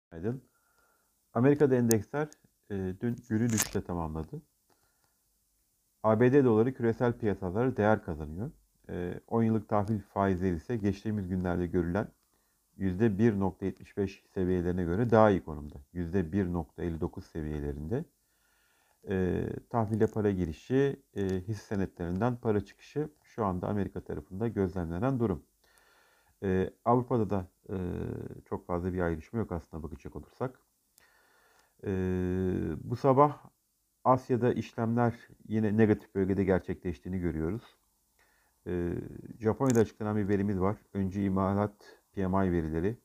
Günaydın. Amerika'da endeksler dün günü düşüşle tamamladı. ABD doları küresel piyasalara değer kazanıyor. 10 yıllık tahvil faizleri ise geçtiğimiz günlerde görülen %1,75 seviyelerine göre daha iyi konumda. %1,59 seviyelerinde. Tahvile para girişi, hisse senetlerinden para çıkışı şu anda Amerika tarafında gözlemlenen durum. Avrupa'da da çok fazla bir ayrışma yok aslında bakacak olursak. Bu sabah Asya'da işlemler yine negatif bölgede gerçekleştiğini görüyoruz. Japonya'da açıklanan bir verimiz var. Önce imalat PMI verileri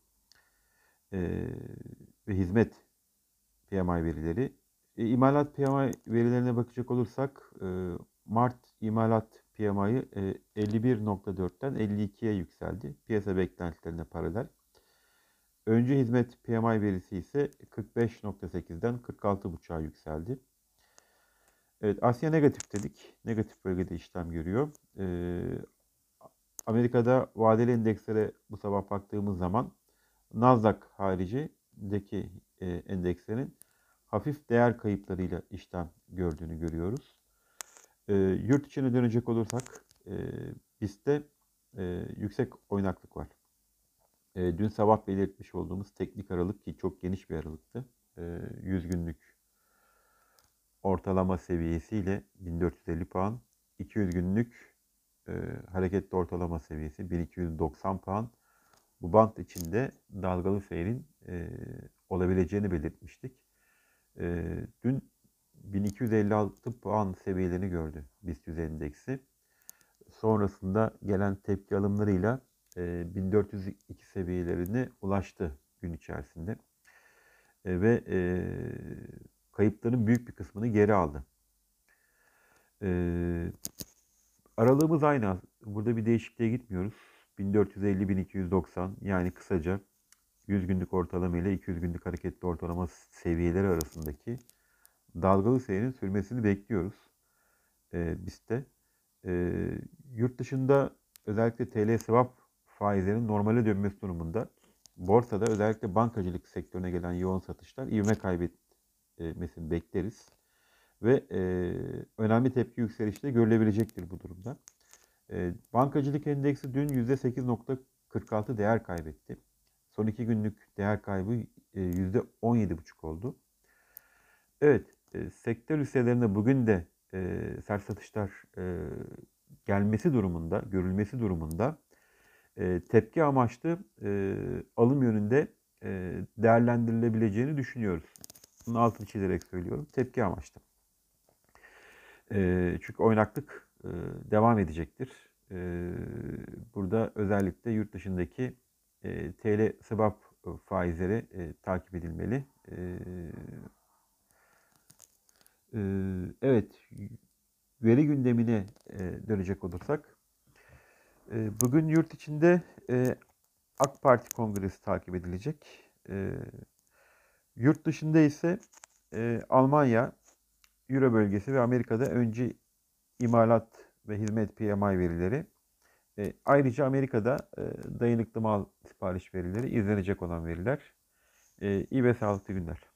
ve hizmet PMI verileri. İmalat PMI verilerine bakacak olursak Mart imalat PMI'yi 51,4'ten 52'ye yükseldi. Piyasa beklentilerine paralel. Önce hizmet PMI verisi ise 45,8'den 46,5'a yükseldi. Evet, Asya negatif dedik. Negatif bölgede işlem görüyor. Amerika'da vadeli endekslere bu sabah baktığımız zaman Nasdaq haricindeki endekslerin hafif değer kayıplarıyla işlem gördüğünü görüyoruz. Yurt içine dönecek olursak BIST'te yüksek oynaklık var. Dün sabah belirtmiş olduğumuz teknik aralık ki çok geniş bir aralıktı. 100 günlük ortalama seviyesiyle 1450 puan, 200 günlük hareketli ortalama seviyesi 1290 puan. Bu bant içinde dalgalı seyrin olabileceğini belirtmiştik. Dün 1256 puan seviyelerini gördü BIST 100 endeksi. Sonrasında gelen tepki alımlarıyla 1402 seviyelerine ulaştı gün içerisinde. Ve kayıpların büyük bir kısmını geri aldı. Aralığımız aynı. Burada bir değişikliğe gitmiyoruz. 1450-1290 yani kısaca 100 günlük ortalama ile 200 günlük hareketli ortalama seviyeleri arasındaki dalgalı seyrin sürmesini bekliyoruz. BIST'te. Yurt dışında özellikle TL swap faizlerinin normale dönmesi durumunda borsada özellikle bankacılık sektörüne gelen yoğun satışlar ivme kaybetmesini bekleriz. Ve önemli tepki yükselişi de görülebilecektir bu durumda. Bankacılık endeksi dün %8,46 değer kaybetti. Son 2 günlük değer kaybı %17,5 oldu. Evet, sektör hisselerinde bugün de sert satışlar gelmesi durumunda, görülmesi durumunda tepki amaçlı alım yönünde değerlendirilebileceğini düşünüyoruz. Bunun altını çizerek söylüyorum. Tepki amaçlı. Çünkü oynaklık devam edecektir. Burada özellikle yurt dışındaki TL swap faizleri takip edilmeli. Evet, veri gündemine dönecek olursak, bugün yurt içinde AK Parti Kongresi takip edilecek. Yurt dışında ise Almanya, Euro bölgesi ve Amerika'da önce imalat ve hizmet PMI verileri, ayrıca Amerika'da dayanıklı mal sipariş verileri izlenecek olan veriler. İyi ve sağlıklı günler.